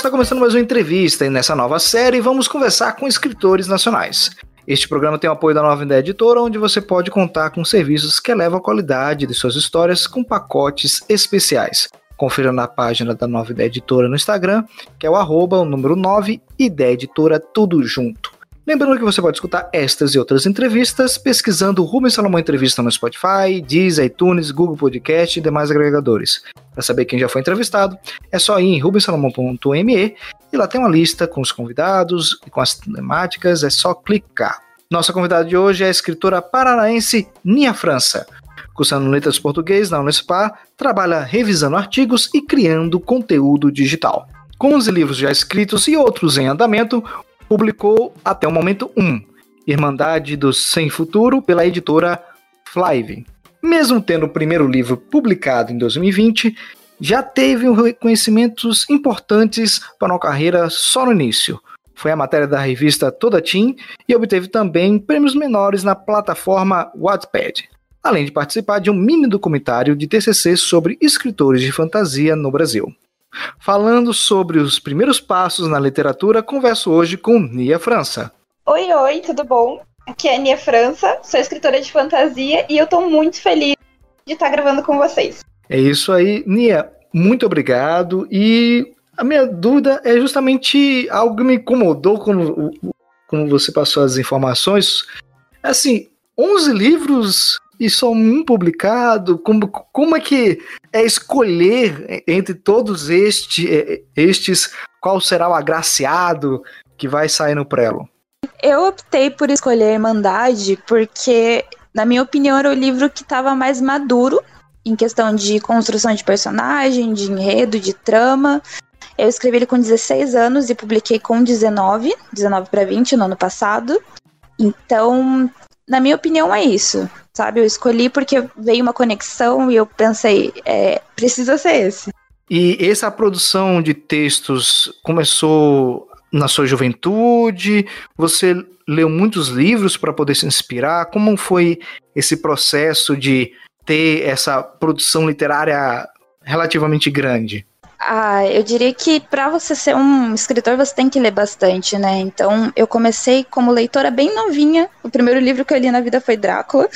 Está começando mais uma entrevista e nessa nova série vamos conversar com escritores nacionais. Este programa tem o apoio da Nova Ideia Editora, onde você pode contar com serviços que elevam a qualidade de suas histórias com pacotes especiais. Confira na página da Nova Ideia Editora no Instagram, que é o número 9, Ideia Editora, tudo junto. Lembrando que você pode escutar estas e outras entrevistas pesquisando Rubens Salomão Entrevista no Spotify, Deezer, iTunes, Google Podcast e demais agregadores. Para saber quem já foi entrevistado, é só ir em rubensalomão.me e lá tem uma lista com os convidados e com as temáticas, é só clicar. Nossa convidada de hoje é a escritora paranaense Nia França. Cursando letras português na Unespar, trabalha revisando artigos e criando conteúdo digital. Com 11 livros já escritos e outros em andamento, publicou até o momento 1, Irmandade do Sem Futuro, pela editora Flive. Mesmo tendo o primeiro livro publicado em 2020, já teve reconhecimentos importantes para uma carreira só no início. Foi a matéria da revista Toda Teen e obteve também prêmios menores na plataforma Wattpad, além de participar de um mini documentário de TCC sobre escritores de fantasia no Brasil. Falando sobre os primeiros passos na literatura, converso hoje com Nia França. Oi, tudo bom? Aqui é a Nia França, sou escritora de fantasia e eu tô muito feliz de estar gravando com vocês. É isso aí, Nia, muito obrigado. E a minha dúvida é justamente algo que me incomodou quando você passou as informações. Assim, 11 livros e só um publicado, como é que é escolher entre todos estes qual será o agraciado que vai sair no prelo? Eu optei por escolher a Irmandade porque, na minha opinião, era o livro que estava mais maduro em questão de construção de personagem, de enredo, de trama. Eu escrevi ele com 16 anos e publiquei com 19 para 20 no ano passado. Então, na minha opinião, é isso, sabe? Eu escolhi porque veio uma conexão e eu pensei, precisa ser esse. E essa produção de textos começou na sua juventude? Você leu muitos livros para poder se inspirar? Como foi esse processo de ter essa produção literária relativamente grande? Eu diria que para você ser um escritor, você tem que ler bastante, né? Então, eu comecei como leitora bem novinha. O primeiro livro que eu li na vida foi Drácula.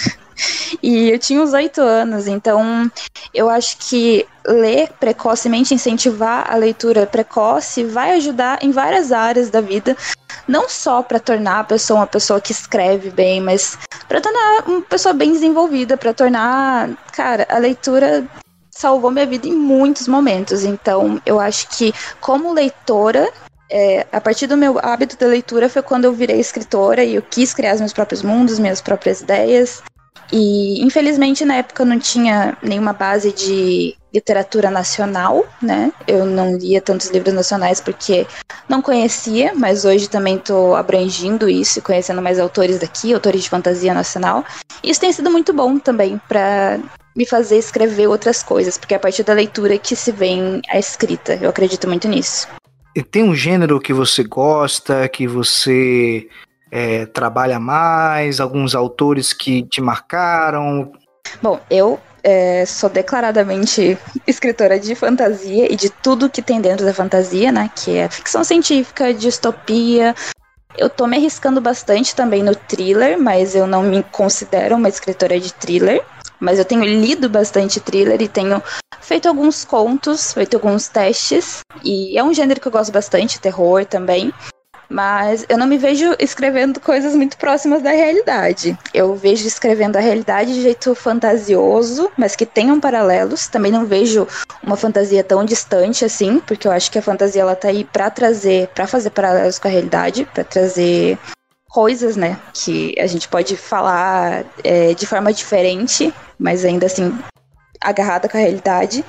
E eu tinha uns 8 anos, então eu acho que ler precocemente, incentivar a leitura precoce, vai ajudar em várias áreas da vida. Não só para tornar a pessoa uma pessoa que escreve bem, mas para tornar uma pessoa bem desenvolvida, para tornar, cara, a leitura salvou minha vida em muitos momentos. Então, eu acho que, como leitora, a partir do meu hábito da leitura foi quando eu virei escritora e eu quis criar os meus próprios mundos, minhas próprias ideias. E, infelizmente, na época eu não tinha nenhuma base de literatura nacional, né? Eu não lia tantos livros nacionais porque não conhecia, mas hoje também estou abrangindo isso e conhecendo mais autores daqui, autores de fantasia nacional. Isso tem sido muito bom também para me fazer escrever outras coisas, porque é a partir da leitura que se vem a escrita. Eu acredito muito nisso. E tem um gênero que você gosta, que você trabalha mais, alguns autores que te marcaram? Bom, eu sou declaradamente escritora de fantasia e de tudo que tem dentro da fantasia, né? Que é ficção científica, distopia. Eu tô me arriscando bastante também no thriller, mas eu não me considero uma escritora de thriller. Mas eu tenho lido bastante thriller e tenho feito alguns contos, feito alguns testes. E é um gênero que eu gosto bastante, terror também. Mas eu não me vejo escrevendo coisas muito próximas da realidade. Eu vejo escrevendo a realidade de jeito fantasioso, mas que tenham paralelos. Também não vejo uma fantasia tão distante assim, porque eu acho que a fantasia ela tá aí pra fazer paralelos com a realidade, pra trazer coisas, né, que a gente pode falar de forma diferente, mas ainda assim agarrada com a realidade.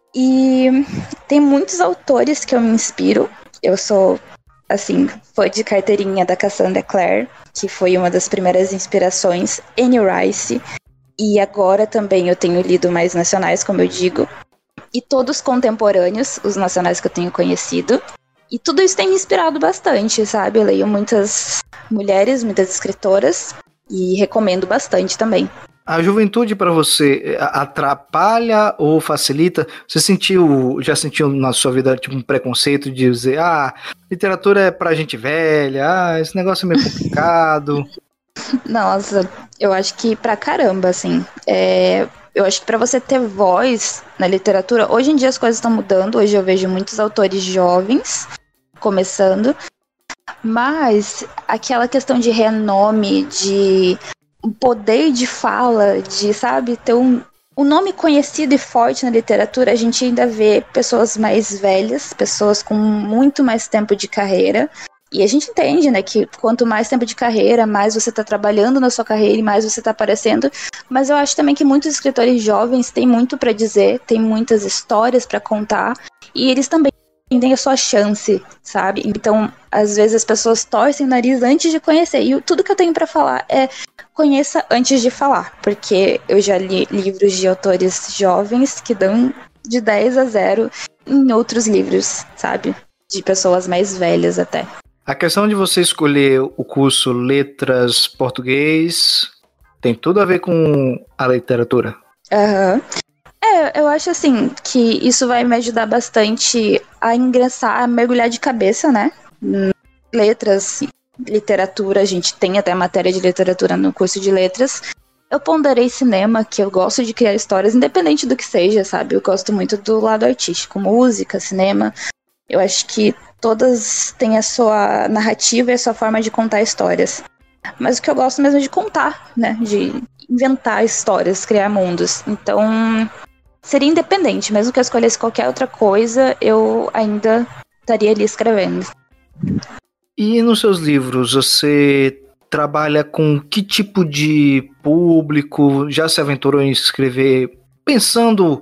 E tem muitos autores que eu me inspiro. Eu sou, assim, fã de carteirinha da Cassandra Clare, que foi uma das primeiras inspirações, Anne Rice, e agora também eu tenho lido mais nacionais, como eu digo, e todos contemporâneos, os nacionais que eu tenho conhecido, e tudo isso tem me inspirado bastante, sabe? Eu leio muitas mulheres, muitas escritoras, e recomendo bastante também. A juventude para você atrapalha ou facilita? Você já sentiu na sua vida tipo um preconceito de dizer, literatura é pra gente velha, esse negócio é meio complicado? Nossa, eu acho que pra caramba, assim. Eu acho que pra você ter voz na literatura, hoje em dia as coisas estão mudando, hoje eu vejo muitos autores jovens começando, mas aquela questão de renome, de poder de fala, de, sabe, ter um nome conhecido e forte na literatura, a gente ainda vê pessoas mais velhas, pessoas com muito mais tempo de carreira. E a gente entende, né, que quanto mais tempo de carreira, mais você está trabalhando na sua carreira e mais você está aparecendo. Mas eu acho também que muitos escritores jovens têm muito para dizer, têm muitas histórias para contar, e eles também têm a sua chance, sabe? Então, às vezes as pessoas torcem o nariz antes de conhecer. E tudo que eu tenho para falar é conheça antes de falar, porque eu já li livros de autores jovens que dão de 10 a 0 em outros livros, sabe? De pessoas mais velhas até. A questão de você escolher o curso Letras Português tem tudo a ver com a literatura. Aham. Eu acho assim que isso vai me ajudar bastante a ingressar, a mergulhar de cabeça, né? Letras, literatura, a gente tem até matéria de literatura no curso de letras. Eu ponderei cinema, que eu gosto de criar histórias, independente do que seja, sabe? Eu gosto muito do lado artístico, música, cinema. Eu acho que todas têm a sua narrativa e a sua forma de contar histórias. Mas o que eu gosto mesmo é de contar, né? De inventar histórias, criar mundos. Então, seria independente. Mesmo que eu escolhesse qualquer outra coisa, eu ainda estaria ali escrevendo. E nos seus livros, você trabalha com que tipo de público? Já se aventurou em escrever pensando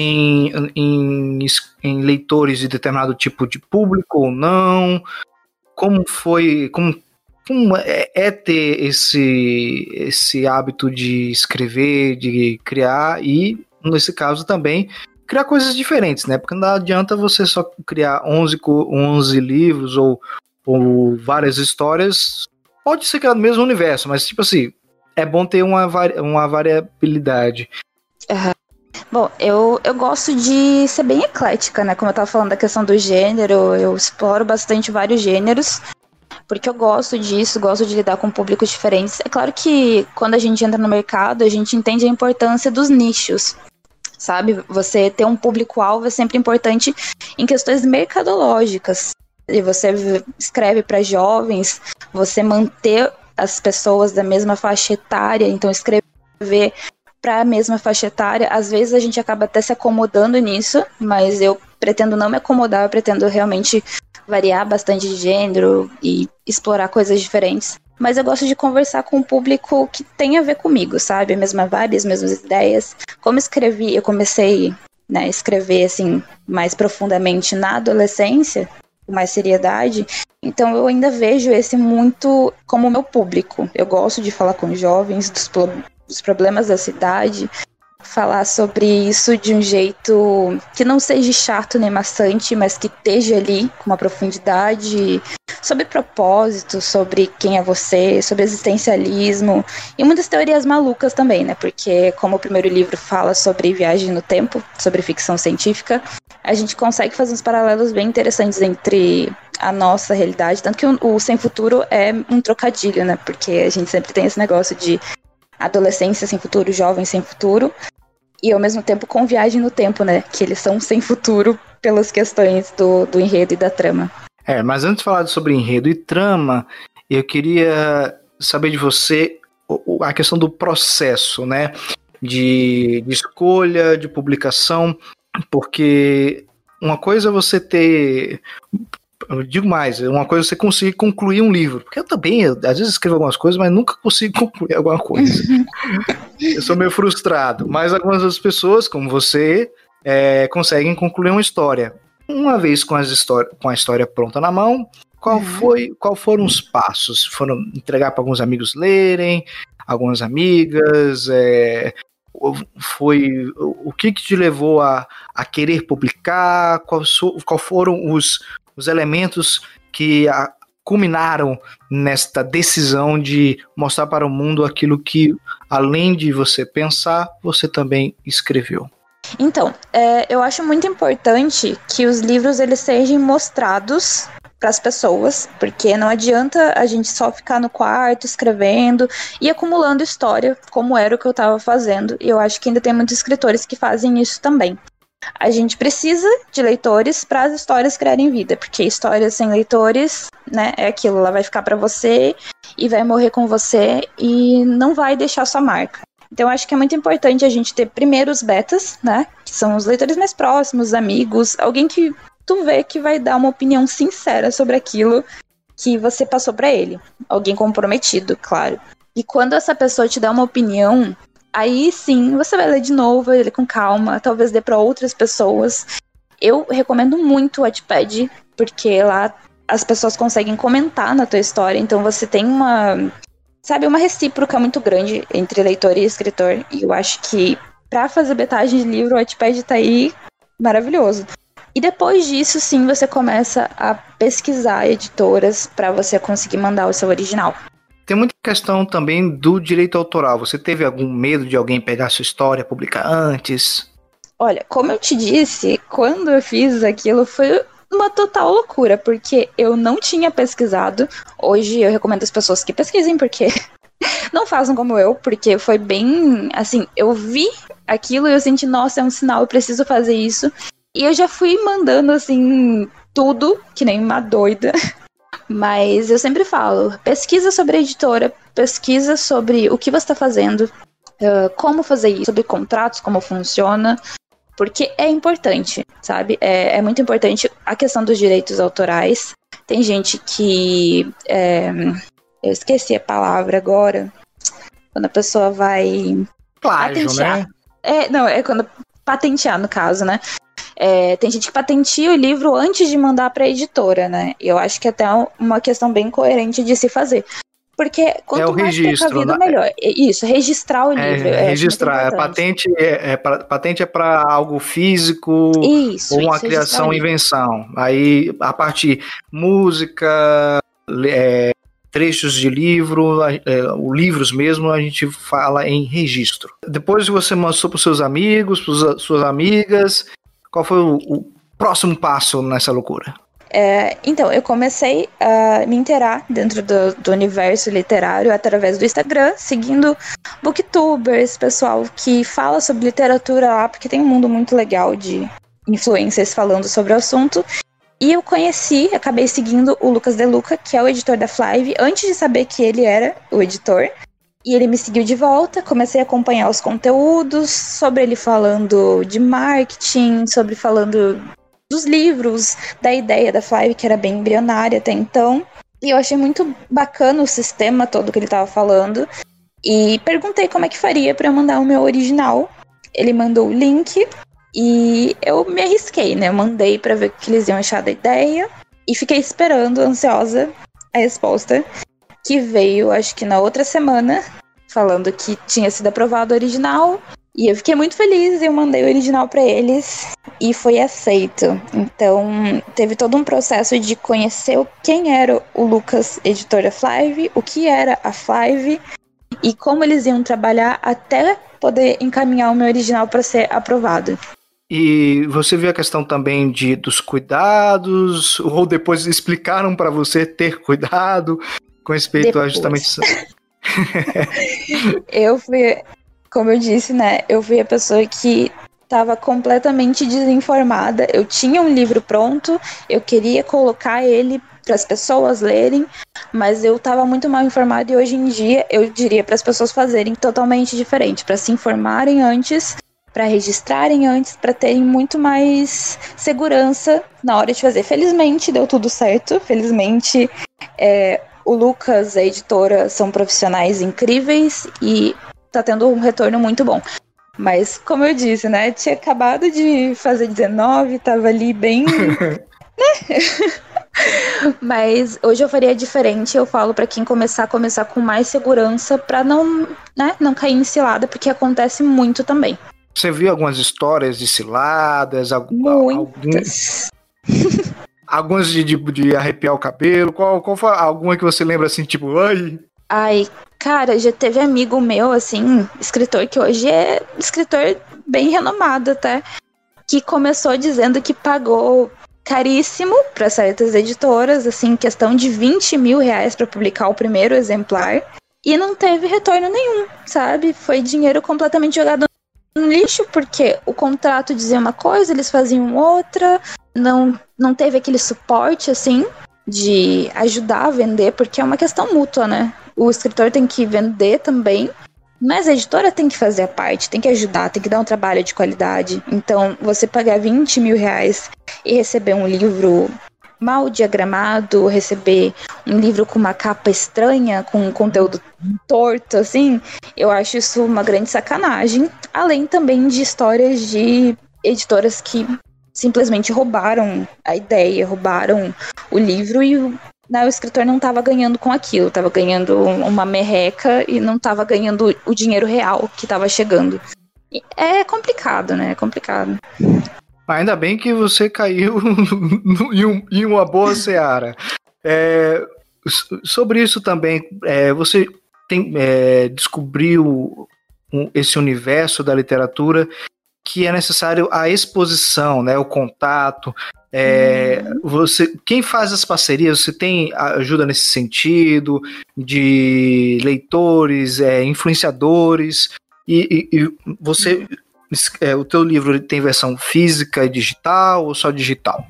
em leitores de determinado tipo de público ou não? Como é ter esse hábito de escrever, de criar e, nesse caso também, criar coisas diferentes, né? Porque não adianta você só criar 11 livros ou várias histórias. Pode ser que é no mesmo universo, mas tipo assim, é bom ter uma variabilidade. Uhum. Bom, eu gosto de ser bem eclética, né? Como eu tava falando da questão do gênero, eu exploro bastante vários gêneros, porque eu gosto disso, gosto de lidar com públicos diferentes. É claro que quando a gente entra no mercado, a gente entende a importância dos nichos, sabe? Você ter um público-alvo é sempre importante em questões mercadológicas. E você escreve para jovens, você manter as pessoas da mesma faixa etária, então escrever para a mesma faixa etária, às vezes a gente acaba até se acomodando nisso, mas eu pretendo não me acomodar, eu pretendo realmente variar bastante de gênero e explorar coisas diferentes. Mas eu gosto de conversar com um público que tem a ver comigo, sabe? A mesma vibe, as mesmas ideias. Como eu comecei, né, a escrever assim, mais profundamente na adolescência, com mais seriedade, então eu ainda vejo esse muito como meu público. Eu gosto de falar com jovens dos problemas da cidade, falar sobre isso de um jeito que não seja chato nem maçante, mas que esteja ali com uma profundidade, sobre propósito, sobre quem é você, sobre existencialismo e muitas teorias malucas também, né? Porque como o primeiro livro fala sobre viagem no tempo, sobre ficção científica, a gente consegue fazer uns paralelos bem interessantes entre a nossa realidade, tanto que o Sem Futuro é um trocadilho, né? Porque a gente sempre tem esse negócio de adolescência sem futuro, jovem sem futuro, e ao mesmo tempo com viagem no tempo, né? Que eles são sem futuro pelas questões do enredo e da trama. Mas antes de falar sobre enredo e trama, eu queria saber de você a questão do processo, né? De escolha, de publicação, porque uma coisa é você ter... Eu digo mais, uma coisa é você conseguir concluir um livro. Porque eu também, às vezes escrevo algumas coisas, mas nunca consigo concluir alguma coisa. Eu sou meio frustrado. Mas algumas outras pessoas, como você, conseguem concluir uma história. Uma vez com a história pronta na mão, qual foram os passos? Foram entregar para alguns amigos lerem, algumas amigas? Foi o que te levou a querer publicar? Qual foram os elementos que culminaram nesta decisão de mostrar para o mundo aquilo que, além de você pensar, você também escreveu? Então, eu acho muito importante que os livros eles sejam mostrados para as pessoas, porque não adianta a gente só ficar no quarto escrevendo e acumulando história, como era o que eu estava fazendo, e eu acho que ainda tem muitos escritores que fazem isso também. A gente precisa de leitores para as histórias criarem vida, porque histórias sem leitores, né, é aquilo, ela vai ficar para você e vai morrer com você e não vai deixar sua marca. Então eu acho que é muito importante a gente ter primeiro os betas, né, que são os leitores mais próximos, amigos, alguém que tu vê que vai dar uma opinião sincera sobre aquilo que você passou para ele, alguém comprometido, claro. E quando essa pessoa te dá uma opinião, aí sim, você vai ler de novo, vai ler com calma, talvez dê para outras pessoas. Eu recomendo muito o Wattpad, porque lá as pessoas conseguem comentar na tua história, então você tem uma recíproca muito grande entre leitor e escritor, e eu acho que pra fazer betagem de livro, o Wattpad tá aí maravilhoso. E depois disso, sim, você começa a pesquisar editoras pra você conseguir mandar o seu original. Tem muita questão também do direito autoral. Você teve algum medo de alguém pegar sua história, publicar antes? Olha, como eu te disse, quando eu fiz aquilo foi uma total loucura, porque eu não tinha pesquisado. Hoje eu recomendo as pessoas que pesquisem, porque não façam como eu, porque foi bem, assim, eu vi aquilo e eu senti, nossa, é um sinal, eu preciso fazer isso. E eu já fui mandando, assim, tudo, que nem uma doida. Mas eu sempre falo, pesquisa sobre a editora, pesquisa sobre o que você está fazendo, como fazer isso, sobre contratos, como funciona, porque é importante, sabe? É muito importante a questão dos direitos autorais. Tem gente que... eu esqueci a palavra agora. Quando a pessoa vai... Plágio, patentear. né? É quando patentear, no caso, né? Tem gente que patenteia o livro antes de mandar para a editora, né? Eu acho que é até uma questão bem coerente de se fazer. Porque quanto mais precavido, melhor. Isso, registrar o livro. Registrar. Patente é para algo físico ou uma criação ou invenção. Aí, a parte música, trechos de livro, livros mesmo, a gente fala em registro. Depois você mostrou para os seus amigos, para suas amigas... Qual foi o próximo passo nessa loucura? Então, eu comecei a me inteirar dentro do universo literário através do Instagram, seguindo booktubers, pessoal que fala sobre literatura lá, porque tem um mundo muito legal de influencers falando sobre o assunto. E eu acabei seguindo o Lucas De Luca, que é o editor da Flive, antes de saber que ele era o editor. E ele me seguiu de volta, comecei a acompanhar os conteúdos, sobre ele falando de marketing, sobre falando dos livros, da ideia da Flive, que era bem embrionária até então. E eu achei muito bacana o sistema todo que ele estava falando. E perguntei como é que faria para eu mandar o meu original. Ele mandou o link e eu me arrisquei, né? Eu mandei para ver o que eles iam achar da ideia. E fiquei esperando, ansiosa, a resposta. Que veio, acho que na outra semana, falando que tinha sido aprovado o original. E eu fiquei muito feliz, eu mandei o original para eles e foi aceito. Então, teve todo um processo de conhecer quem era o Lucas, editor da Flive, o que era a Flive e como eles iam trabalhar até poder encaminhar o meu original para ser aprovado. E você viu a questão também dos cuidados, ou depois explicaram para você ter cuidado com respeito a justamente isso? Eu fui, como eu disse, né? Eu fui a pessoa que estava completamente desinformada. Eu tinha um livro pronto, eu queria colocar ele para as pessoas lerem, mas eu estava muito mal informada e hoje em dia eu diria para as pessoas fazerem totalmente diferente, para se informarem antes, para registrarem antes, para terem muito mais segurança na hora de fazer. Felizmente deu tudo certo, felizmente o Lucas, a editora, são profissionais incríveis e tá tendo um retorno muito bom. Mas, como eu disse, né, tinha acabado de fazer 19, tava ali bem... Mas hoje eu faria diferente, eu falo pra quem começar com mais segurança pra não cair em cilada, porque acontece muito também. Você viu algumas histórias de ciladas? Muitas. algumas de arrepiar o cabelo? Qual foi alguma que você lembra assim, tipo, ai? Ai, cara, já teve amigo meu, assim, escritor que hoje é escritor bem renomado até, que começou dizendo que pagou caríssimo para certas editoras, assim, questão de 20 mil reais para publicar o primeiro exemplar, e não teve retorno nenhum, sabe? Foi dinheiro completamente jogado no lixo, porque o contrato dizia uma coisa, eles faziam outra, não teve aquele suporte, assim, de ajudar a vender, porque é uma questão mútua, né? O escritor tem que vender também, mas a editora tem que fazer a parte, tem que ajudar, tem que dar um trabalho de qualidade. Então, você pagar 20 mil reais e receber um livro mal diagramado, receber um livro com uma capa estranha, com um conteúdo torto, assim, eu acho isso uma grande sacanagem. Além também de histórias de editoras que simplesmente roubaram a ideia, roubaram o livro e o escritor não estava ganhando com aquilo, estava ganhando uma merreca e não estava ganhando o dinheiro real que estava chegando. É complicado, né? É complicado. Ainda bem que você caiu em uma boa seara. Sobre isso também, você descobriu esse universo da literatura que é necessário a exposição, né, o contato. Quem faz as parcerias, você tem ajuda nesse sentido, de leitores, influenciadores, e você, o teu livro tem versão física e digital ou só digital?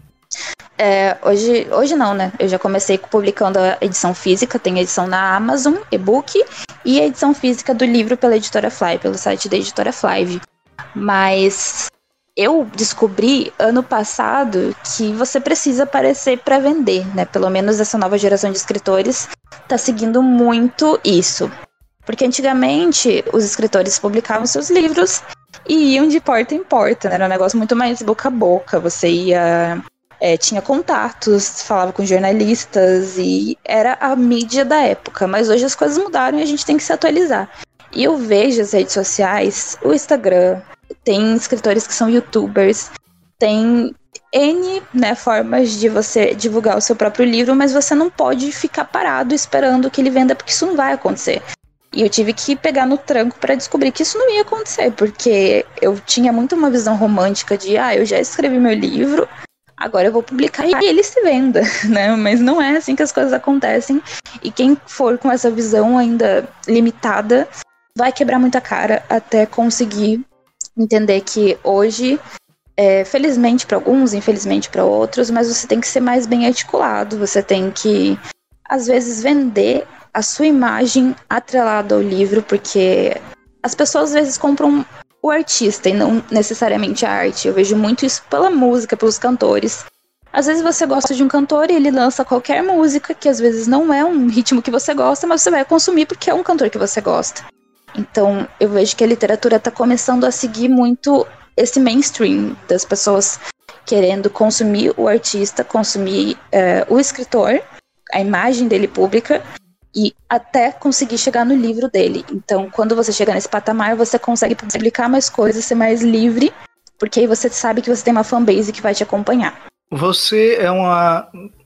Hoje não, né? Eu já comecei publicando a edição física, tem a edição na Amazon, e-book, e a edição física do livro pela Editora Fly, pelo site da Editora Fly. Mas eu descobri ano passado que você precisa aparecer para vender, né? Pelo menos essa nova geração de escritores tá seguindo muito isso. Porque antigamente os escritores publicavam seus livros e iam de porta em porta, né? Era um negócio muito mais boca a boca. Você ia... tinha contatos, falava com jornalistas e era a mídia da época. Mas hoje as coisas mudaram e a gente tem que se atualizar. E eu vejo as redes sociais, o Instagram, tem escritores que são youtubers, tem N, né, formas de você divulgar o seu próprio livro, mas você não pode ficar parado esperando que ele venda, porque isso não vai acontecer. E eu tive que pegar no tranco para descobrir que isso não ia acontecer, porque eu tinha muito uma visão romântica de, eu já escrevi meu livro, agora eu vou publicar e ele se venda, né? Mas não é assim que as coisas acontecem. E quem for com essa visão ainda limitada vai quebrar muita cara até conseguir entender que hoje, felizmente para alguns, infelizmente para outros, mas você tem que ser mais bem articulado, você tem que, às vezes, vender a sua imagem atrelada ao livro, porque as pessoas às vezes compram o artista e não necessariamente a arte. Eu vejo muito isso pela música, pelos cantores. Às vezes você gosta de um cantor e ele lança qualquer música, que às vezes não é um ritmo que você gosta, mas você vai consumir porque é um cantor que você gosta. Então, eu vejo que a literatura está começando a seguir muito esse mainstream das pessoas querendo consumir o artista, consumir o escritor, a imagem dele pública, e até conseguir chegar no livro dele. Então, quando você chega nesse patamar, você consegue publicar mais coisas, ser mais livre, porque aí você sabe que você tem uma fanbase que vai te acompanhar. Você é uma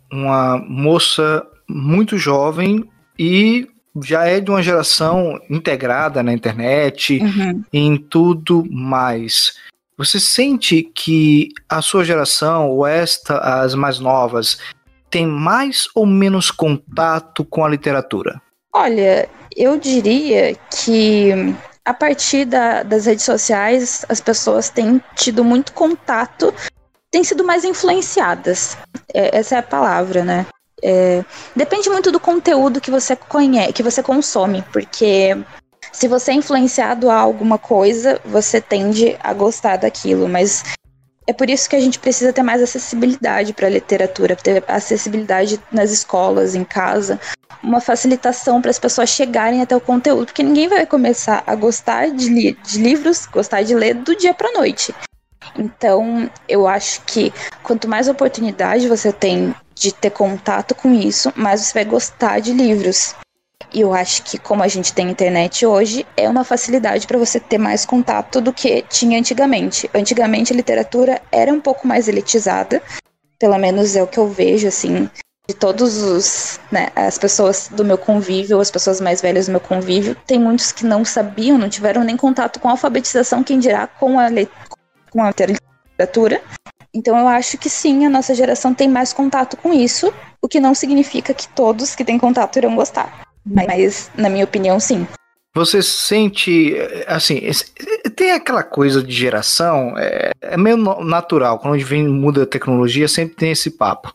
moça muito jovem e já é de uma geração integrada na internet e em tudo mais. Você sente que a sua geração, ou as mais novas, tem mais ou menos contato com a literatura? Olha, eu diria que a partir das redes sociais, as pessoas têm tido muito contato, têm sido mais influenciadas. Essa é a palavra, né? Depende muito do conteúdo que você que você consome, porque se você é influenciado a alguma coisa, você tende a gostar daquilo, mas é por isso que a gente precisa ter mais acessibilidade para a literatura, ter acessibilidade nas escolas, em casa, uma facilitação para as pessoas chegarem até o conteúdo, porque ninguém vai começar a gostar de livros, gostar de ler do dia para a noite. Então, eu acho que quanto mais oportunidade você tem de ter contato com isso, mais você vai gostar de livros. E eu acho que, como a gente tem internet hoje, é uma facilidade para você ter mais contato do que tinha antigamente. Antigamente, a literatura era um pouco mais elitizada, pelo menos é o que eu vejo, assim, de todos os, né, as pessoas do meu convívio, as pessoas mais velhas do meu convívio, tem muitos que não sabiam, não tiveram nem contato com a alfabetização, quem dirá com a literatura. Então eu acho que sim, a nossa geração tem mais contato com isso, o que não significa que todos que têm contato irão gostar. Mas, na minha opinião, sim. Você sente, assim, tem aquela coisa de geração, é meio natural, quando a gente muda a tecnologia, sempre tem esse papo.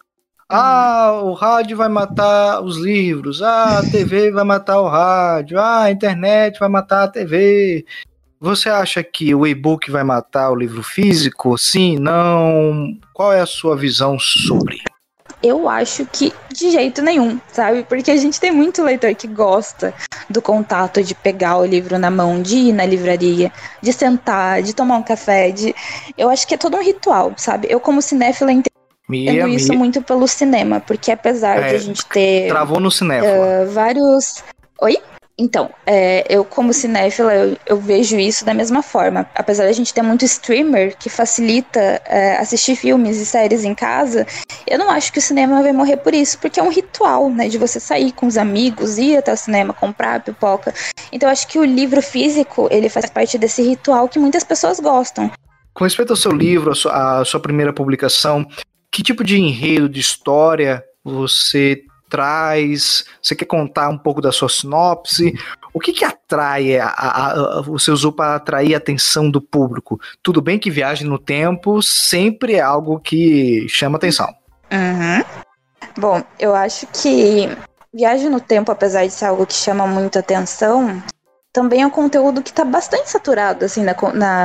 O rádio vai matar os livros, a TV vai matar o rádio, a internet vai matar a TV. Você acha que o e-book vai matar o livro físico? Sim, não? Qual é a sua visão sobre? Eu acho que de jeito nenhum, sabe? Porque a gente tem muito leitor que gosta do contato, de pegar o livro na mão, de ir na livraria, de sentar, de tomar um café. Eu acho que é todo um ritual, sabe? Eu, como cinéfila, entendo isso muito pelo cinema, porque apesar de a gente ter... Travou no cinéfila. Vários... Oi? Então, eu como cinéfila, eu vejo isso da mesma forma. Apesar de a gente ter muito streamer que facilita assistir filmes e séries em casa, eu não acho que o cinema vai morrer por isso, porque é um ritual, né, de você sair com os amigos, ir até o cinema, comprar pipoca. Então, eu acho que o livro físico, ele faz parte desse ritual que muitas pessoas gostam. Com respeito ao seu livro, a sua primeira publicação, que tipo de enredo, de história você traz? Você quer contar um pouco da sua sinopse? O que atrai, você usou para atrair a atenção do público? Tudo bem que viagem no tempo sempre é algo que chama atenção. Uhum. Bom, eu acho que viagem no tempo, apesar de ser algo que chama muita atenção, também é um conteúdo que está bastante saturado, assim, na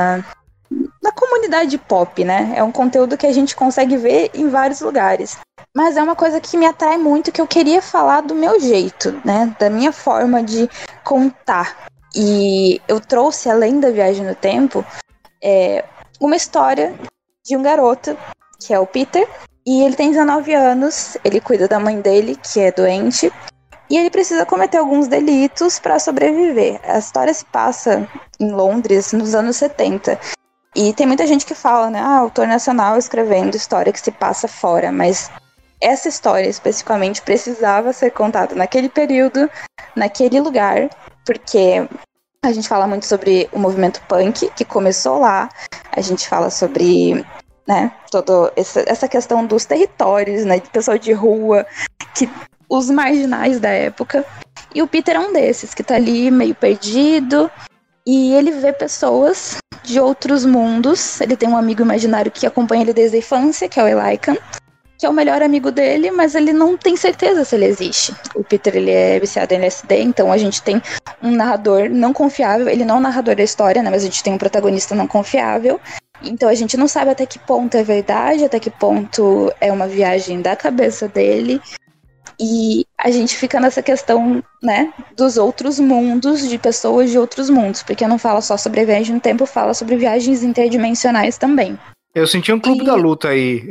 comunidade pop, né? É um conteúdo que a gente consegue ver em vários lugares. Mas é uma coisa que me atrai muito, que eu queria falar do meu jeito, né? Da minha forma de contar. E eu trouxe, além da viagem no tempo, uma história de um garoto, que é o Peter. E ele tem 19 anos, ele cuida da mãe dele, que é doente. E ele precisa cometer alguns delitos para sobreviver. A história se passa em Londres, nos anos 70. E tem muita gente que fala, né? Autor nacional escrevendo história que se passa fora. Mas essa história, especificamente, precisava ser contada naquele período, naquele lugar. Porque a gente fala muito sobre o movimento punk, que começou lá. A gente fala sobre, né, toda essa questão dos territórios, né? De pessoal de rua, os marginais da época. E o Peter é um desses, que tá ali meio perdido. E ele vê pessoas de outros mundos. Ele tem um amigo imaginário que acompanha ele desde a infância, que é o Elikan, que é o melhor amigo dele, mas ele não tem certeza se ele existe. O Peter, ele é viciado em LSD, então a gente tem um narrador não confiável. Ele não é o narrador da história, né, mas a gente tem um protagonista não confiável. Então a gente não sabe até que ponto é verdade, até que ponto é uma viagem da cabeça dele. E a gente fica nessa questão, né, dos outros mundos, de pessoas de outros mundos, porque não fala só sobre viagem no tempo, fala sobre viagens interdimensionais também. Eu senti um clube da luta aí.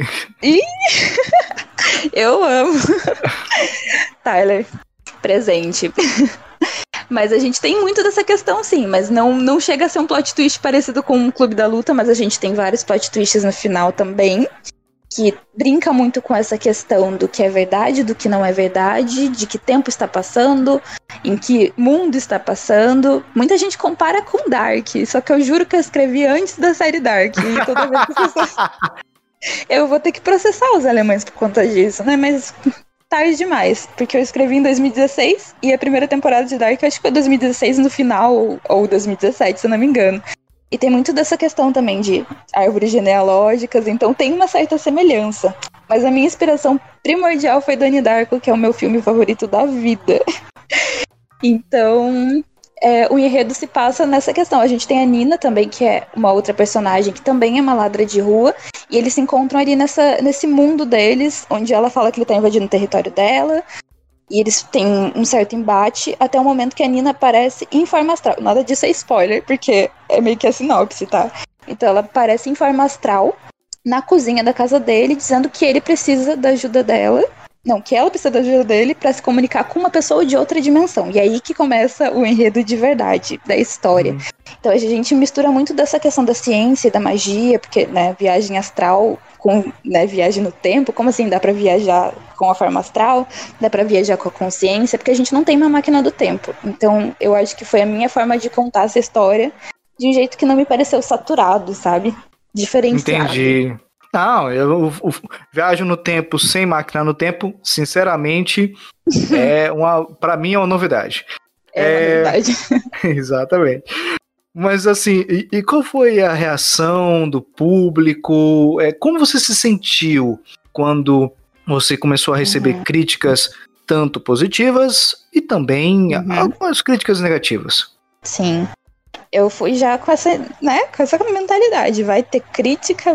Eu amo. Tyler, presente. Mas a gente tem muito dessa questão, sim, mas não chega a ser um plot twist parecido com um Clube da Luta, mas a gente tem vários plot twists no final também, que brinca muito com essa questão do que é verdade, do que não é verdade, de que tempo está passando, em que mundo está passando. Muita gente compara com Dark, só que eu juro que eu escrevi antes da série Dark. E toda vez que eu vou ter que processar os alemães por conta disso, né? Mas tarde demais, porque eu escrevi em 2016 e a primeira temporada de Dark acho que foi 2016 no final, ou 2017, se eu não me engano. E tem muito dessa questão também de árvores genealógicas, então tem uma certa semelhança. Mas a minha inspiração primordial foi Donnie Darko, que é o meu filme favorito da vida. Então, o enredo se passa nessa questão. A gente tem a Nina também, que é uma outra personagem, que também é uma ladra de rua. E eles se encontram ali nesse mundo deles, onde ela fala que ele tá invadindo o território dela. E eles têm um certo embate até o momento que a Nina aparece em forma astral. Nada disso é spoiler, porque é meio que a sinopse, tá? Então ela aparece em forma astral na cozinha da casa dele, dizendo que ele precisa da ajuda dela Não, que ela precisa da ajuda dele pra se comunicar com uma pessoa de outra dimensão. E aí que começa o enredo de verdade da história. Então a gente mistura muito dessa questão da ciência e da magia, porque, né, viagem astral com, né, viagem no tempo, como assim dá pra viajar com a forma astral, dá pra viajar com a consciência, porque a gente não tem uma máquina do tempo. Então eu acho que foi a minha forma de contar essa história de um jeito que não me pareceu saturado, sabe? Diferenciado. Entendi. Não, eu viajo no tempo sem máquina no tempo, sinceramente, pra mim é uma novidade. É uma novidade. Exatamente. Mas assim, e qual foi a reação do público? Como você se sentiu quando você começou a receber críticas tanto positivas e também algumas críticas negativas? Sim. Eu fui já com essa mentalidade. Vai ter crítica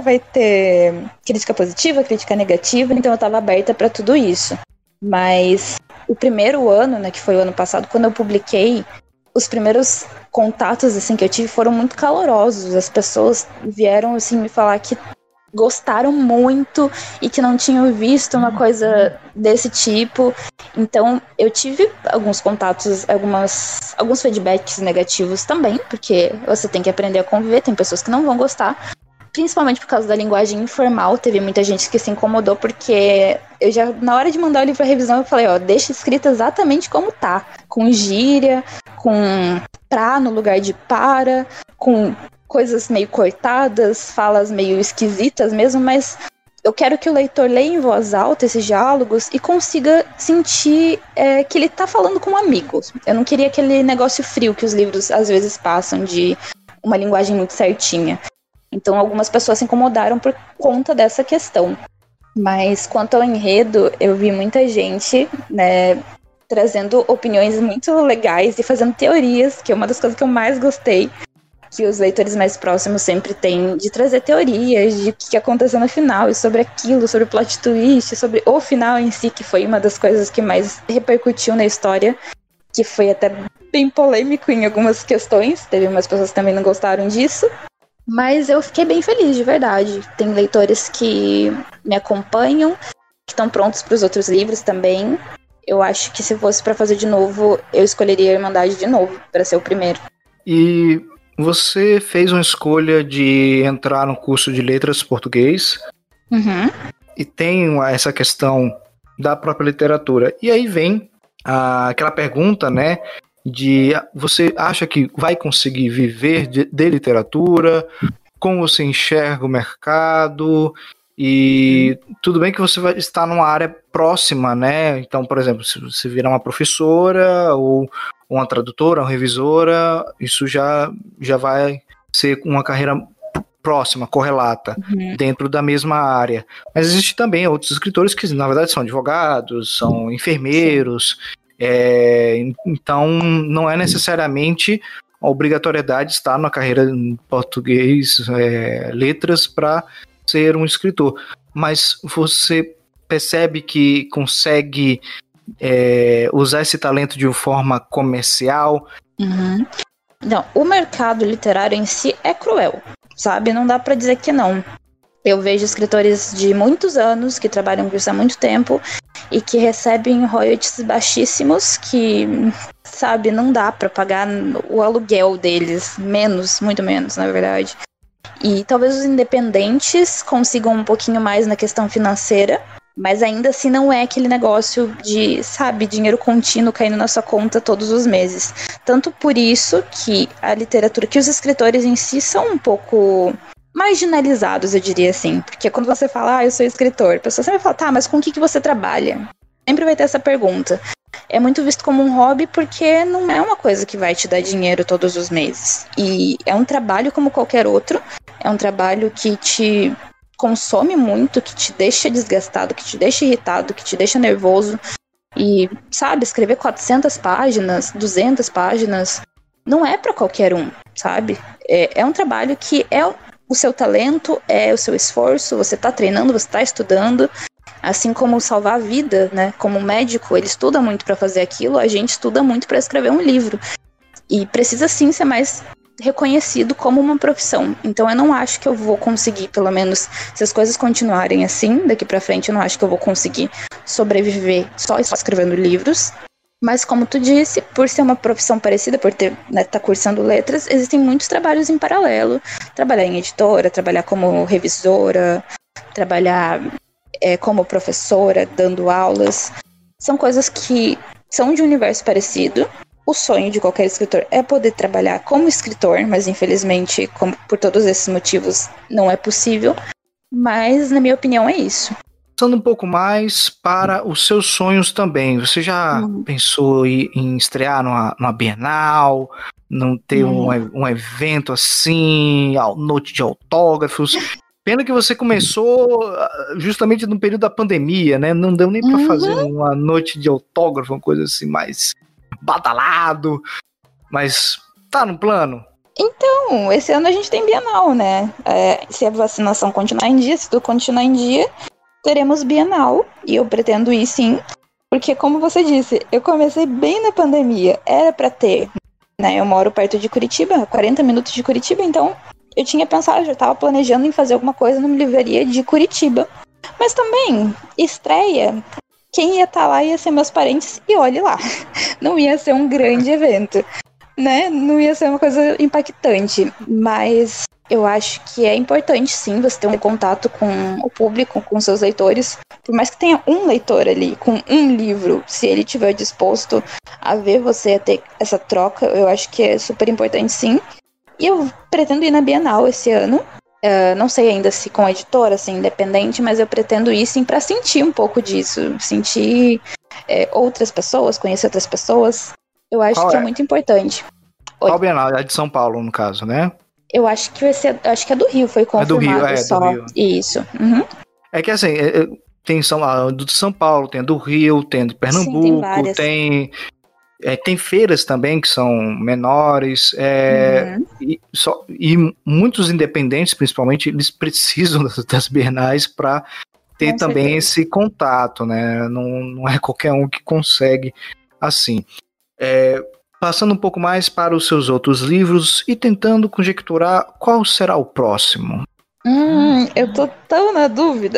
positiva, crítica negativa, então eu tava aberta pra tudo isso. Mas o primeiro ano, né, que foi o ano passado, quando eu publiquei, os primeiros contatos, assim, que eu tive foram muito calorosos. As pessoas vieram, assim, me falar que gostaram muito e que não tinham visto uma coisa desse tipo. Então eu tive alguns contatos, alguns feedbacks negativos também, porque você tem que aprender a conviver, tem pessoas que não vão gostar, principalmente por causa da linguagem informal. Teve muita gente que se incomodou, porque eu já, na hora de mandar o livro pra revisão, eu falei, deixa escrito exatamente como tá, com gíria, com pra no lugar de para, com coisas meio cortadas, falas meio esquisitas mesmo, mas eu quero que o leitor leia em voz alta esses diálogos e consiga sentir que ele tá falando com um amigo. Eu não queria aquele negócio frio que os livros às vezes passam, de uma linguagem muito certinha. Então algumas pessoas se incomodaram por conta dessa questão. Mas quanto ao enredo, eu vi muita gente, né, trazendo opiniões muito legais e fazendo teorias, que é uma das coisas que eu mais gostei, que os leitores mais próximos sempre têm, de trazer teorias de o que aconteceu no final, e sobre aquilo, sobre o plot twist, sobre o final em si, que foi uma das coisas que mais repercutiu na história, que foi até bem polêmico em algumas questões. Teve umas pessoas que também não gostaram disso, mas eu fiquei bem feliz, de verdade. Tem leitores que me acompanham, que estão prontos para os outros livros também. Eu acho que se fosse para fazer de novo, eu escolheria a Irmandade de novo, para ser o primeiro. E você fez uma escolha de entrar no curso de letras português, e tem essa questão da própria literatura. E aí vem aquela pergunta, né, de você acha que vai conseguir viver de literatura? Como você enxerga o mercado? E tudo bem que você vai estar numa área próxima, né? Então, por exemplo, se você virar uma professora ou uma tradutora, uma revisora, isso já vai ser uma carreira próxima, correlata, dentro da mesma área. Mas existe também outros escritores que, na verdade, são advogados, são enfermeiros, então não é necessariamente a obrigatoriedade de estar na carreira em português, letras, para ser um escritor. Mas você percebe que consegue usar esse talento de uma forma comercial? Não, o mercado literário em si é cruel, sabe? Não dá pra dizer que não. Eu vejo escritores de muitos anos que trabalham com isso há muito tempo e que recebem royalties baixíssimos que, sabe, não dá pra pagar o aluguel deles, muito menos, na verdade. E talvez os independentes consigam um pouquinho mais na questão financeira, mas ainda assim não é aquele negócio de, sabe, dinheiro contínuo caindo na sua conta todos os meses. Tanto por isso que a literatura, que os escritores em si são um pouco marginalizados, eu diria assim. Porque quando você fala, eu sou escritor, a pessoa sempre fala, tá, mas com o que você trabalha? Sempre vai ter essa pergunta. É muito visto como um hobby porque não é uma coisa que vai te dar dinheiro todos os meses. E é um trabalho como qualquer outro, é um trabalho que te consome muito, que te deixa desgastado, que te deixa irritado, que te deixa nervoso. E, sabe, escrever 400 páginas, 200 páginas, não é pra qualquer um, sabe? É um trabalho que é o seu talento, é o seu esforço, você tá treinando, você tá estudando. Assim como salvar a vida, né? Como médico, ele estuda muito pra fazer aquilo, a gente estuda muito pra escrever um livro. E precisa sim ser mais reconhecido como uma profissão. Então eu não acho que eu vou conseguir, pelo menos se as coisas continuarem assim, daqui pra frente, eu não acho que eu vou conseguir sobreviver só escrevendo livros. Mas como tu disse, por ser uma profissão parecida, por ter, né, tá cursando letras, existem muitos trabalhos em paralelo. Trabalhar em editora, trabalhar como revisora, trabalhar como professora, dando aulas. São coisas que são de um universo parecido. O sonho de qualquer escritor é poder trabalhar como escritor, mas infelizmente, por todos esses motivos, não é possível. Mas, na minha opinião, é isso. Passando um pouco mais para os seus sonhos também. Você já pensou em estrear numa Bienal, não ter um evento assim, noite de autógrafos? Pena que você começou justamente no período da pandemia, né? Não deu nem para fazer uma noite de autógrafo, uma coisa assim mais badalado. Mas tá no plano? Então, esse ano a gente tem Bienal, né? Se a vacinação continuar em dia, se tudo continuar em dia, teremos Bienal, e eu pretendo ir sim, porque como você disse, eu comecei bem na pandemia, era pra ter, né, eu moro perto de Curitiba, 40 minutos de Curitiba, então eu tinha pensado, já tava planejando em fazer alguma coisa numa livraria de Curitiba, mas também, estreia, quem ia estar lá ia ser meus parentes, e olhe lá, não ia ser um grande evento, né, não ia ser uma coisa impactante, mas eu acho que é importante, sim, você ter um contato com o público, com seus leitores. Por mais que tenha um leitor ali, com um livro, se ele estiver disposto a ver você, a ter essa troca, eu acho que é super importante, sim. E eu pretendo ir na Bienal esse ano. Não sei ainda se com a editora, assim, independente, mas eu pretendo ir, sim, para sentir um pouco disso. Sentir outras pessoas, conhecer outras pessoas. Eu acho que é muito importante. Qual Bienal? A de São Paulo, no caso, né? Eu acho que vai ser. Acho que é do Rio, foi confirmado. É do Rio, só. Do Rio. Isso. É que assim, tem do São Paulo, tem a do Rio, tem a do Pernambuco, sim, tem feiras também que são menores, e muitos independentes, principalmente, eles precisam das bienais para ter também esse contato, né? Não é qualquer um que consegue assim. Passando um pouco mais para os seus outros livros e tentando conjecturar qual será o próximo. Eu tô tão na dúvida.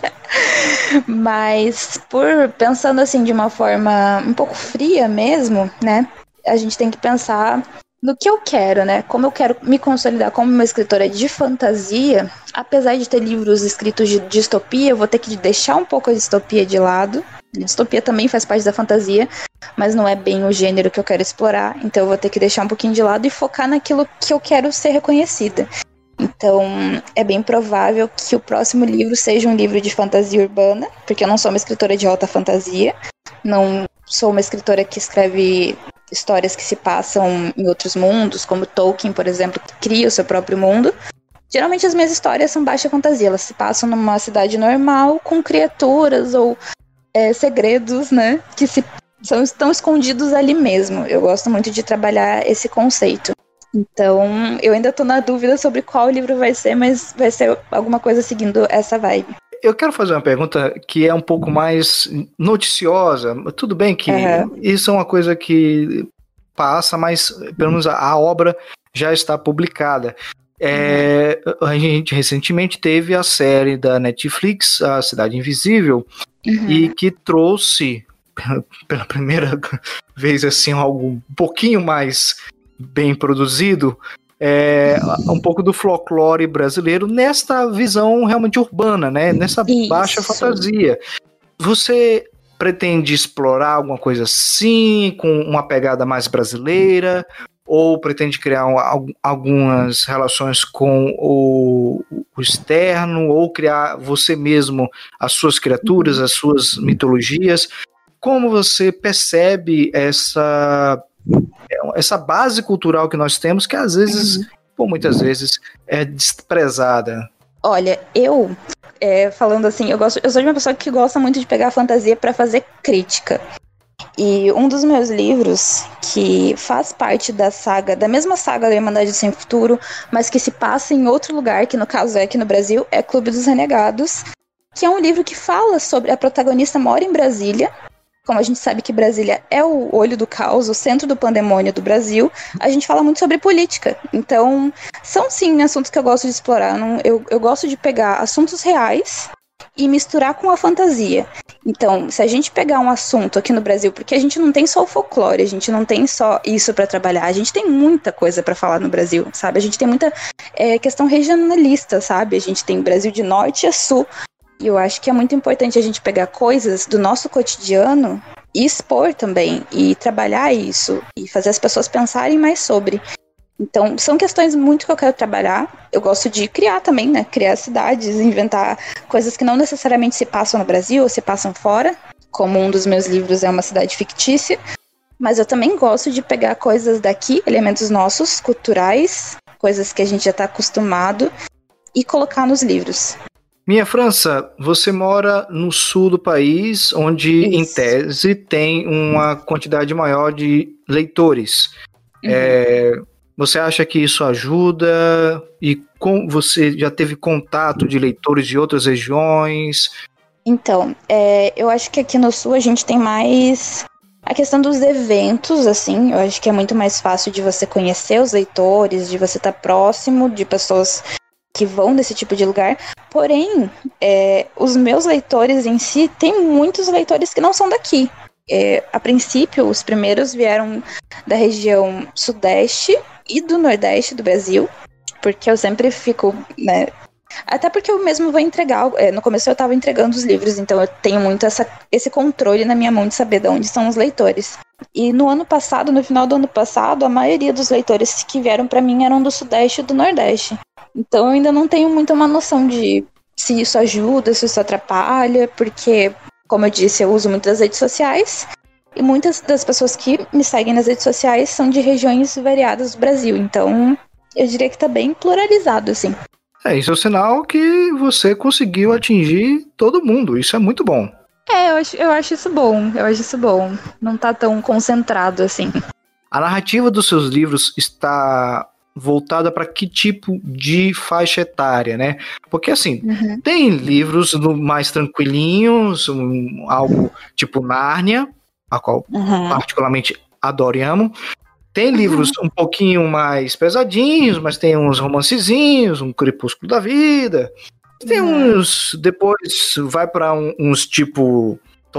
Mas pensando assim de uma forma um pouco fria mesmo, né? A gente tem que pensar no que eu quero, né? Como eu quero me consolidar como uma escritora de fantasia. Apesar de ter livros escritos de distopia, eu vou ter que deixar um pouco a distopia de lado. A distopia também faz parte da fantasia, mas não é bem o gênero que eu quero explorar. Então eu vou ter que deixar um pouquinho de lado e focar naquilo que eu quero ser reconhecida. Então é bem provável que o próximo livro seja um livro de fantasia urbana, porque eu não sou uma escritora de alta fantasia. Não sou uma escritora que escreve histórias que se passam em outros mundos, como Tolkien, por exemplo, que cria o seu próprio mundo. Geralmente as minhas histórias são baixa fantasia, elas se passam numa cidade normal, com criaturas ou segredos, né, que estão escondidos ali mesmo. Eu gosto muito de trabalhar esse conceito. Então, eu ainda tô na dúvida sobre qual livro vai ser, mas vai ser alguma coisa seguindo essa vibe. Eu quero fazer uma pergunta que é um pouco mais noticiosa. Tudo bem que isso é uma coisa que passa, mas pelo menos a obra já está publicada. A gente recentemente teve a série da Netflix, A Cidade Invisível, e que trouxe, pela primeira vez, assim, algo um pouquinho mais bem produzido, um pouco do folclore brasileiro nesta visão realmente urbana, né? Nessa baixa fantasia. Você pretende explorar alguma coisa assim, com uma pegada mais brasileira, ou pretende criar algumas relações com o externo, ou criar você mesmo as suas criaturas, as suas mitologias? Como você percebe essa base cultural que nós temos, que às vezes, por muitas vezes, é desprezada? Olha, eu, falando assim, eu sou de uma pessoa que gosta muito de pegar a fantasia para fazer crítica. E um dos meus livros, que faz parte da mesma saga da Irmandade Sem Futuro, mas que se passa em outro lugar, que no caso é aqui no Brasil, é Clube dos Renegados, que é um livro que fala sobre a protagonista mora em Brasília, como a gente sabe que Brasília é o olho do caos, o centro do pandemônio do Brasil, a gente fala muito sobre política. Então, são sim assuntos que eu gosto de explorar. Eu gosto de pegar assuntos reais e misturar com a fantasia. Então, se a gente pegar um assunto aqui no Brasil, porque a gente não tem só o folclore, a gente não tem só isso para trabalhar, a gente tem muita coisa para falar no Brasil, sabe? A gente tem muita questão regionalista, sabe? A gente tem Brasil de norte a sul. E eu acho que é muito importante a gente pegar coisas do nosso cotidiano e expor também, e trabalhar isso, e fazer as pessoas pensarem mais sobre. Então, são questões muito que eu quero trabalhar. Eu gosto de criar também, né? Criar cidades, inventar coisas que não necessariamente se passam no Brasil ou se passam fora, como um dos meus livros é uma cidade fictícia. Mas eu também gosto de pegar coisas daqui, elementos nossos, culturais, coisas que a gente já está acostumado, e colocar nos livros. Minha França, você mora no sul do país, onde, em tese, tem uma quantidade maior de leitores. Você acha que isso ajuda? E você já teve contato de leitores de outras regiões? Então, eu acho que aqui no sul a gente tem mais a questão dos eventos, assim. Eu acho que é muito mais fácil de você conhecer os leitores, de você estar próximo de pessoas que vão desse tipo de lugar. Porém, os meus leitores em si, tem muitos leitores que não são daqui. A princípio, os primeiros vieram da região sudeste e do nordeste do Brasil, porque eu sempre fico, né? Até porque eu mesmo vou entregar. No começo eu estava entregando os livros, então eu tenho muito esse controle na minha mão de saber de onde são os leitores. E no ano passado, no final do ano passado, a maioria dos leitores que vieram para mim eram do sudeste e do nordeste. Então eu ainda não tenho muito uma noção de se isso ajuda, se isso atrapalha, porque, como eu disse, eu uso muitas redes sociais e muitas das pessoas que me seguem nas redes sociais são de regiões variadas do Brasil. Então eu diria que tá bem pluralizado, assim. Isso é um sinal que você conseguiu atingir todo mundo. Isso é muito bom. Eu acho isso bom. Eu acho isso bom. Não tá tão concentrado assim. A narrativa dos seus livros está voltada para que tipo de faixa etária, né? Porque assim, tem livros mais tranquilinhos, algo tipo Nárnia, a qual particularmente adoro e amo. Tem livros um pouquinho mais pesadinhos, mas tem uns romancezinhos, um Crepúsculo da Vida. Tem uns, depois vai para uns tipo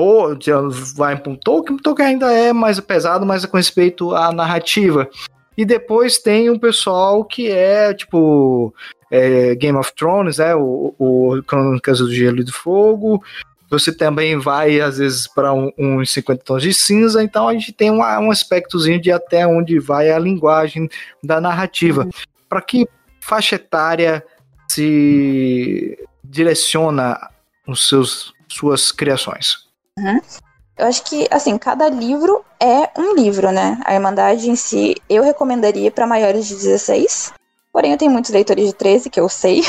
vai para um Tolkien ainda é mais pesado, mas é com respeito à narrativa. E depois tem um pessoal que é tipo Game of Thrones, o Crônicas do Gelo e do Fogo. Você também vai, às vezes, para uns 50 tons de cinza. Então a gente tem um aspectozinho de até onde vai a linguagem da narrativa. Para que faixa etária se direciona suas criações? Eu acho que, assim, cada livro é um livro, né? A Irmandade em si, eu recomendaria para maiores de 16. Porém, eu tenho muitos leitores de 13, que eu sei.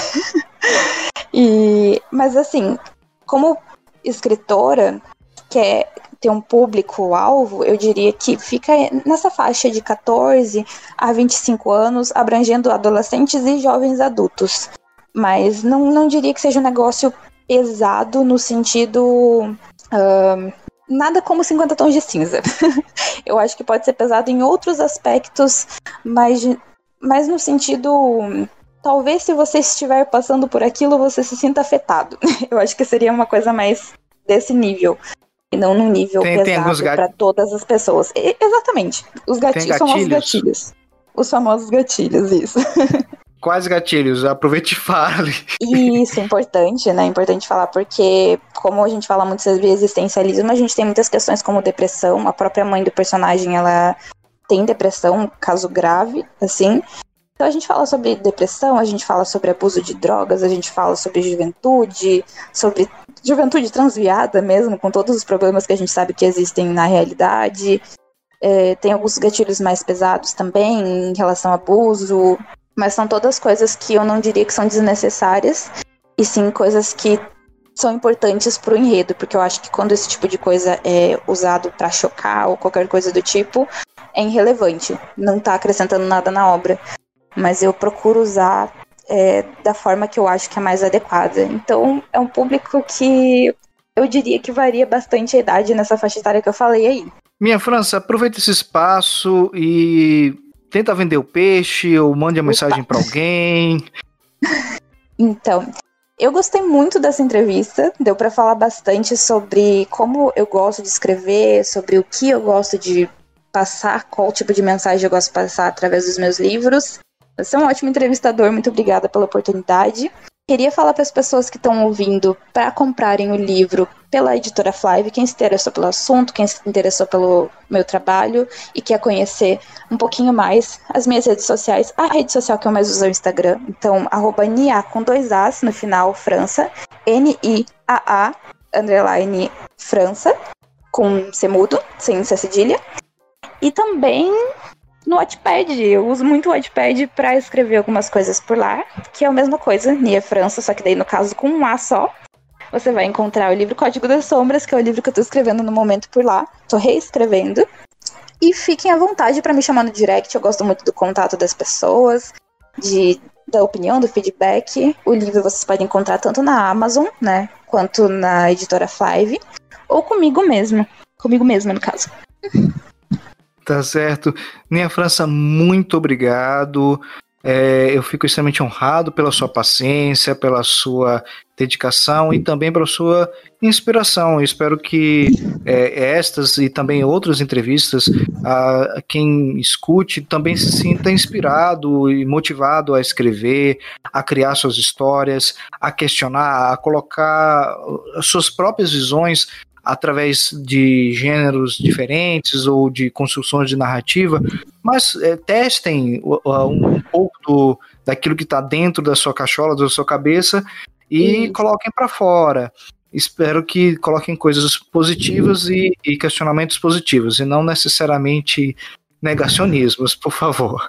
Mas, assim, como escritora, quer ter um público-alvo, eu diria que fica nessa faixa de 14 a 25 anos, abrangendo adolescentes e jovens adultos. Mas não diria que seja um negócio pesado no sentido... nada como 50 tons de cinza. Eu acho que pode ser pesado em outros aspectos, mas no sentido... Talvez se você estiver passando por aquilo, você se sinta afetado. Eu acho que seria uma coisa mais desse nível. E não num nível pesado para todas as pessoas. Exatamente. Os gatilhos são os gatilhos. Os famosos gatilhos, isso. Quais gatilhos? Aproveite e fale. Isso, é importante, né? É importante falar, porque como a gente fala muito sobre existencialismo, a gente tem muitas questões como depressão. A própria mãe do personagem, ela tem depressão, um caso grave, assim. Então a gente fala sobre depressão, a gente fala sobre abuso de drogas, a gente fala sobre juventude transviada mesmo, com todos os problemas que a gente sabe que existem na realidade. Tem alguns gatilhos mais pesados também em relação ao abuso, mas são todas coisas que eu não diria que são desnecessárias, e sim coisas que são importantes pro enredo, porque eu acho que quando esse tipo de coisa é usado pra chocar ou qualquer coisa do tipo, é irrelevante, não tá acrescentando nada na obra. Mas eu procuro usar da forma que eu acho que é mais adequada. Então, é um público que eu diria que varia bastante a idade nessa faixa etária que eu falei aí. Minha França, aproveita esse espaço e tenta vender o peixe ou mande a mensagem para alguém. Então, eu gostei muito dessa entrevista, deu para falar bastante sobre como eu gosto de escrever, sobre o que eu gosto de passar, qual tipo de mensagem eu gosto de passar através dos meus livros. Você é um ótimo entrevistador, muito obrigada pela oportunidade. Queria falar para as pessoas que estão ouvindo para comprarem o livro pela editora Flive, quem se interessou pelo assunto, quem se interessou pelo meu trabalho e quer conhecer um pouquinho mais as minhas redes sociais. A rede social que eu mais uso é o Instagram, então @nia com 2 As no final, França, NIAA _ França, com C mudo, sem C cedilha. E também no Wattpad, eu uso muito o Wattpad para escrever algumas coisas por lá, que é a mesma coisa, Nia França, só que daí no caso com um A só. Você vai encontrar o livro Código das Sombras, que é o livro que eu tô escrevendo no momento por lá. Tô reescrevendo. E fiquem à vontade para me chamar no direct, eu gosto muito do contato das pessoas, da opinião, do feedback. O livro vocês podem encontrar tanto na Amazon, né, quanto na editora Flive, ou comigo mesma no caso. Tá certo. Nia França, muito obrigado. Eu fico extremamente honrado pela sua paciência, pela sua dedicação e também pela sua inspiração. Eu espero que estas e também outras entrevistas, quem escute também se sinta inspirado e motivado a escrever, a criar suas histórias, a questionar, a colocar as suas próprias visões através de gêneros diferentes ou de construções de narrativa, mas testem um pouco daquilo que está dentro da sua cachola, da sua cabeça e coloquem para fora. Espero que coloquem coisas positivas e questionamentos positivos, e não necessariamente negacionismos, por favor.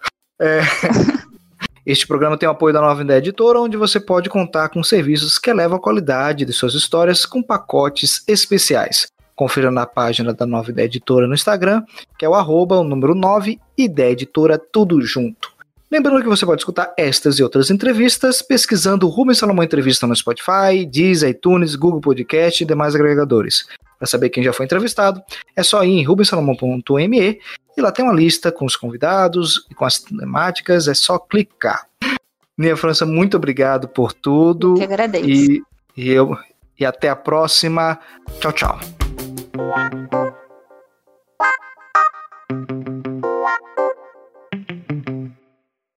Este programa tem o apoio da Nova Ideia Editora, onde você pode contar com serviços que elevam a qualidade de suas histórias com pacotes especiais. Confira na página da Nova Ideia Editora no Instagram, que é o número 9, Ideia Editora, tudo junto. Lembrando que você pode escutar estas e outras entrevistas pesquisando Rubens Salomão Entrevista no Spotify, Deezer, iTunes, Google Podcast e demais agregadores. Para saber quem já foi entrevistado, é só ir em rubensalomão.me e lá tem uma lista com os convidados e com as temáticas, é só clicar. Nia França, muito obrigado por tudo. Eu que agradeço. E até a próxima. Tchau, tchau.